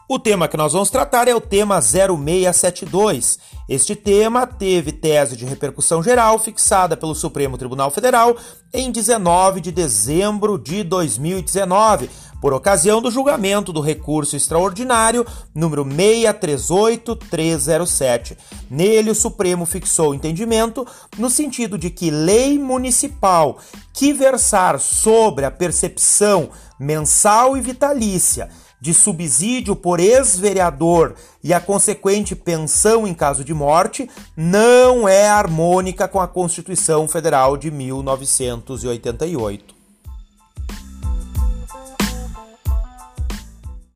O tema que nós vamos tratar é o tema 0672. Este tema teve tese de repercussão geral fixada pelo Supremo Tribunal Federal em 19 de dezembro de 2019, por ocasião do julgamento do recurso extraordinário número 638307. Nele, o Supremo fixou o entendimento no sentido de que lei municipal que versar sobre a percepção mensal e vitalícia de subsídio por ex-vereador e a consequente pensão em caso de morte não é harmônica com a Constituição Federal de 1988.